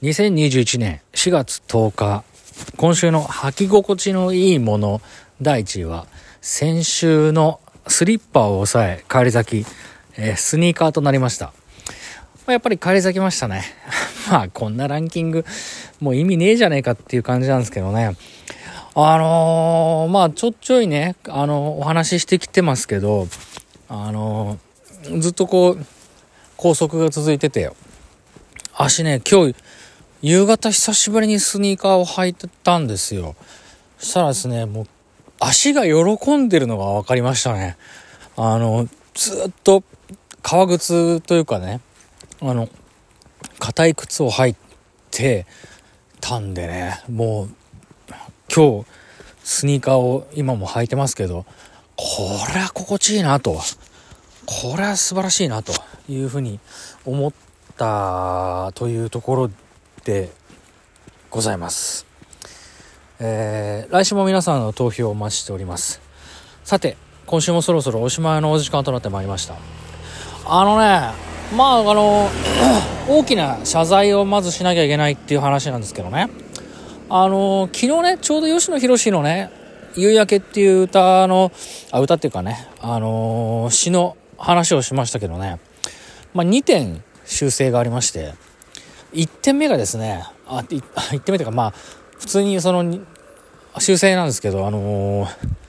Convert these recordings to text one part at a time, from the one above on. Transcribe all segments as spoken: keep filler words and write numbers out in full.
にせんにじゅういちねんしがつとおか、今週の履き心地のいいものだいいちいは、先週のスリッパを抑え返り咲き、えー、スニーカーとなりました。まあ、やっぱり返り咲きましたね。まあこんなランキングもう意味ねえじゃねえかっていう感じなんですけどね。あのー、まあちょっちょいね、あのー、お話ししてきてますけど、あのー、ずっとこう拘束が続いてて、足ね、今日夕方久しぶりにスニーカーを履いてたんですよ。そしたらですね、もう足が喜んでるのが分かりましたね。あのずっと革靴というかね、あの硬い靴を履いてたんでね、もう今日スニーカーを今も履いてますけど、これは心地いいなと、これは素晴らしいなというふうに思ったというところでございます。えー、来週も皆さんの投票をお待ちしております。さて、今週もそろそろおしまいのお時間となってまいりました。あのね、まああの大きな謝罪をまずしなきゃいけないっていう話なんですけどね、あの昨日ね、ちょうど吉野博のね、夕焼けっていう歌のあ歌っていうかね、あの詩の話をしましたけどね、まあ、にてん修正がありまして、いってんめがですね、あいいってんめというか、まあ普通にその修正なんですけど、あのー、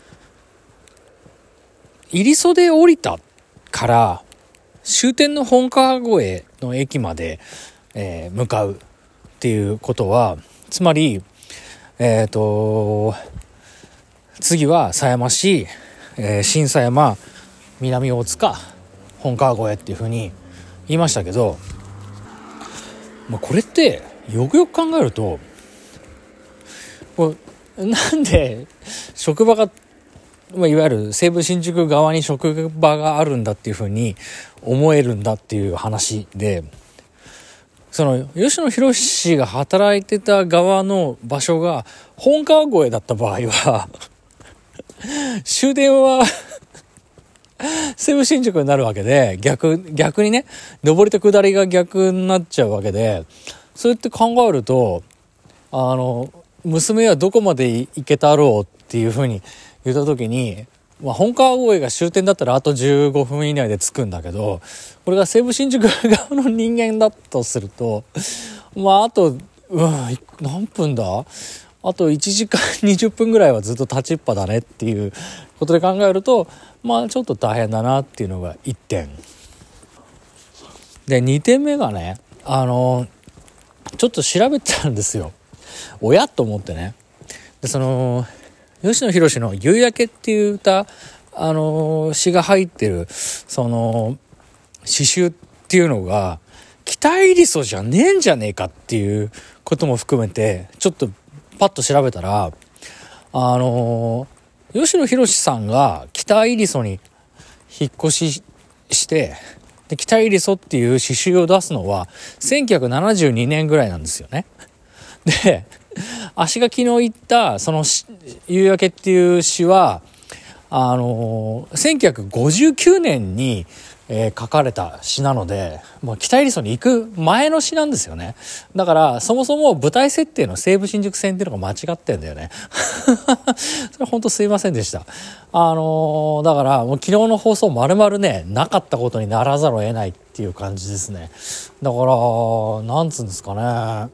入袖降りたから終点の本川越の駅まで、えー、向かうっていうことは、つまりえっと次は狭山市、えー、新狭山、南大塚、本川越っていう風に言いましたけど、まあ、これってよくよく考えると、これなんで職場が、まあ、いわゆる西武新宿側に職場があるんだっていう風に思えるんだっていう話で、その吉野博氏が働いてた側の場所が本川越だった場合は終電は西武新宿になるわけで、逆逆にね、上りと下りが逆になっちゃうわけで、そうやって考えると、あの娘はどこまで行けたろうっていうふうに言った時に、まあ、本川越が終点だったらあとじゅうごふん以内で着くんだけど、これが西武新宿側の人間だとすると、まああと、うん、何分だ、あといちじかんにじゅっぷんぐらいはずっと立ちっぱだねっていうことで考えると、まあちょっと大変だなっていうのがいってんで、にてんめがね、あのちょっと調べてたんですよ、おやと思ってね。で、その吉野博の夕焼けっていう歌、あのー、詩が入ってるその詩集っていうのが北入り曽じゃねえんじゃねえかっていうことも含めてちょっとパッと調べたら、あのー、吉野博さんが北入り曽に引っ越ししてで北入り曽っていう詩集を出すのはせんきゅうひゃくななじゅうにねんぐらいなんですよね。で、足が昨日言ったその夕焼けっていう詩はあのー、せんきゅうひゃくごじゅうきゅうねんに、えー、書かれた詩なので、もう北入り曽に行く前の詩なんですよね。だからそもそも舞台設定の西武新宿線っていうのが間違ってんだよね。それ本当すいませんでした。あのー、だからもう昨日の放送丸々ね、なかったことにならざるを得ないっていう感じですね。だからなんつうんですかね、あ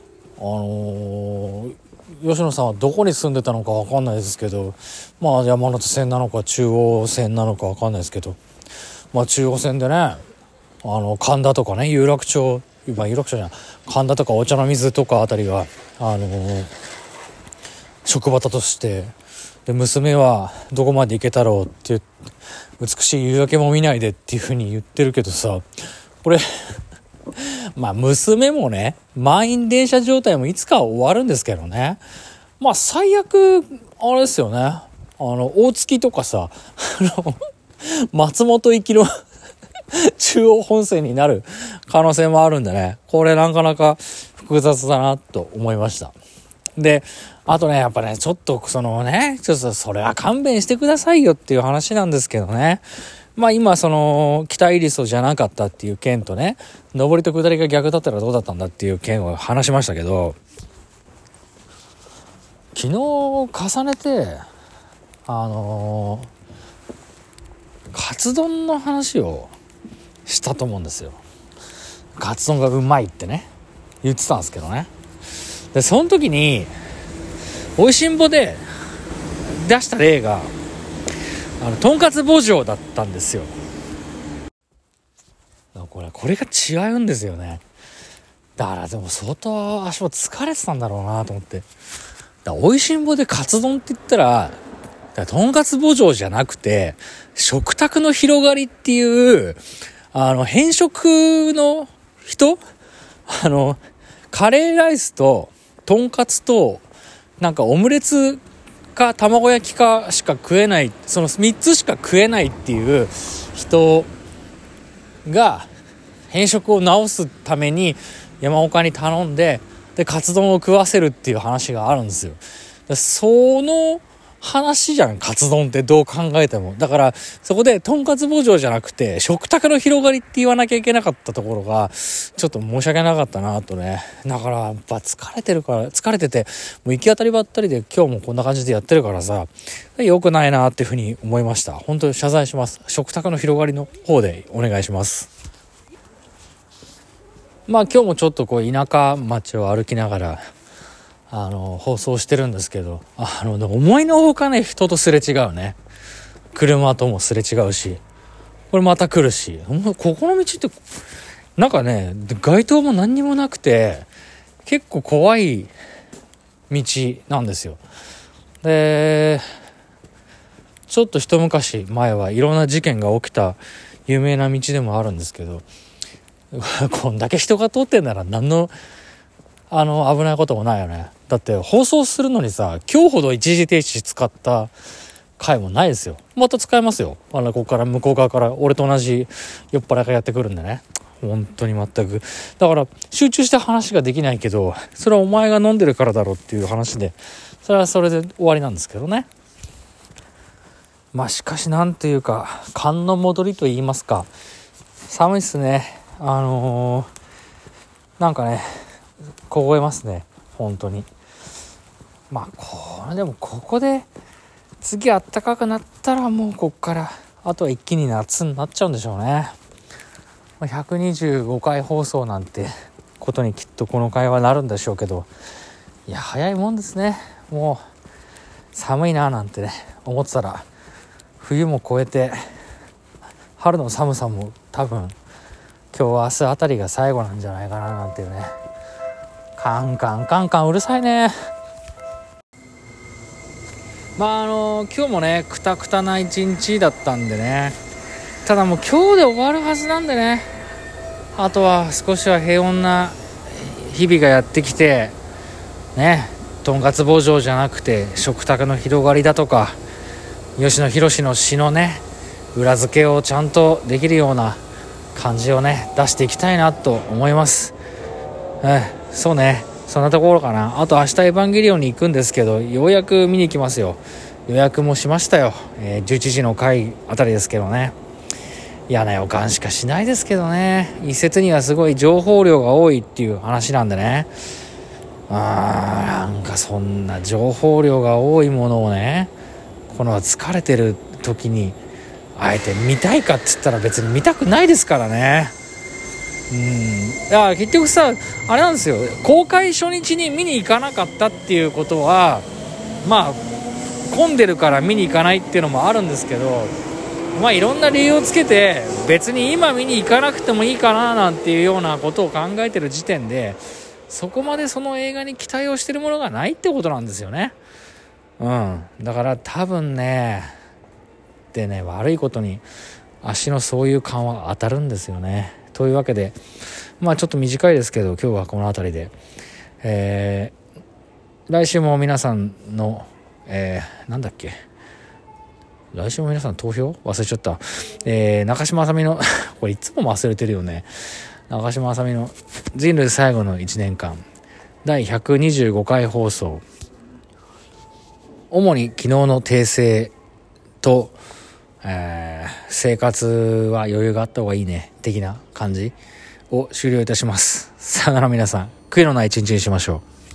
のー、吉野さんはどこに住んでたのか分かんないですけど、まあ山手線なのか中央線なのか分かんないですけど、まあ中央線でね、あの神田とかね、有楽町、まあ有楽町じゃない、神田とかお茶の水とかあたりがあのー、職場だとして、で娘はどこまで行けたろうっていう、美しい夕焼けも見ないでっていう風に言ってるけどさ、これまあ娘もね、満員電車状態もいつかは終わるんですけどね、まあ最悪あれですよね、あの大月とかさ、あの松本行きの中央本線になる可能性もあるんでね、これなかなか複雑だなと思いました。で、あとね、やっぱね、ちょっとそのね、ちょっとそれは勘弁してくださいよっていう話なんですけどね、 まあ今その北イリスじゃなかったっていう件とね、上りと下りが逆だったらどうだったんだっていう件を話しましたけど、昨日重ねてあのー、カツ丼の話をしたと思うんですよ。カツ丼がうまいってね言ってたんですけどね。でその時においしんぼで出した例があのとんかつ牧場だったんですよ。これこれが違うんですよね。だからでも相当足も疲れてたんだろうなと思って。だおいしんぼでカツ丼って言ったら、だとんかつ牧場じゃなくて食卓の広がりっていうあの偏食の人、あのカレーライスととんかつとなんかオムレツか卵焼きかしか食えない、そのみっつしか食えないっていう人が偏食を治すために山岡に頼んで、でカツ丼を食わせるっていう話があるんですよ。でその話じゃん、カツ丼ってどう考えても。だからそこでとんかつ牧場じゃなくて食卓の広がりって言わなきゃいけなかったところがちょっと申し訳なかったなとね。だからやっぱ疲れてるから疲れててもう行き当たりばったりで今日もこんな感じでやってるからさ、良くないなっていうふうに思いました。本当に謝罪します。食卓の広がりの方でお願いします。まあ今日もちょっとこう田舎町を歩きながらあの放送してるんですけど、あの思いのほかね人とすれ違うね。車ともすれ違うし、これまた来るし、ここの道ってなんかね街灯も何にもなくて結構怖い道なんですよ。でちょっと一昔前はいろんな事件が起きた有名な道でもあるんですけど、こんだけ人が通ってんなら何のあの危ないこともないよね。だって放送するのにさ、今日ほど一時停止使った回もないですよ。また使えますよ。あのここから向こう側から俺と同じ酔っ払いがやってくるんでね。本当に全くだから集中して話ができないけど、それはお前が飲んでるからだろうっていう話で、それはそれで終わりなんですけどね。まあしかしなんというか寒の戻りと言いますか、寒いっすね。あのー、なんかね凍えますね本当に。まあこれでもここで次暖かくなったらもうこっからあとは一気に夏になっちゃうんでしょうね。ひゃくにじゅうごかい放送なんてことにきっとこの会話なるんでしょうけど、いや早いもんですね。もう寒いななんてね思ってたら冬も越えて春の寒さも多分今日は明日あたりが最後なんじゃないかななんていうね。カンカンカンカンうるさいね。まああの今日もねクタクタな一日だったんでね、ただもう今日で終わるはずなんでね、あとは少しは平穏な日々がやってきてね、とんかつ牧場じゃなくて食卓の広がりだとか吉野博の詩のね裏付けをちゃんとできるような感じをね出していきたいなと思います。ええそうね、そんなところかな。あと明日エヴァンゲリオンに行くんですけど、ようやく見に行きますよ。予約もしましたよ、えー、じゅういちじの回あたりですけどね。嫌な予感しかしないですけどね。一説にはすごい情報量が多いっていう話なんでね、あーなんかそんな情報量が多いものをね、この疲れてる時にあえて見たいかって言ったら別に見たくないですからね。うん、いや結局さあれなんですよ、公開初日に見に行かなかったっていうことはまあ混んでるから見に行かないっていうのもあるんですけど、まあいろんな理由をつけて別に今見に行かなくてもいいかななんていうようなことを考えてる時点で、そこまでその映画に期待をしてるものがないってことなんですよね。うんだから多分ねでね悪いことに足のそういう感は当たるんですよね。というわけでまあちょっと短いですけど今日はこの辺りで、えー、来週も皆さんの、えー、なんだっけ来週も皆さん投票忘れちゃった、えー、中島あさみのこれいつも忘れてるよね。中島あさみの人類最後のいちねんかんだいひゃくにじゅうごかい放送、主に昨日の訂正とえー、生活は余裕があった方がいいね的な感じを終了いたします。さよなら皆さん、悔いのない一日にしましょう。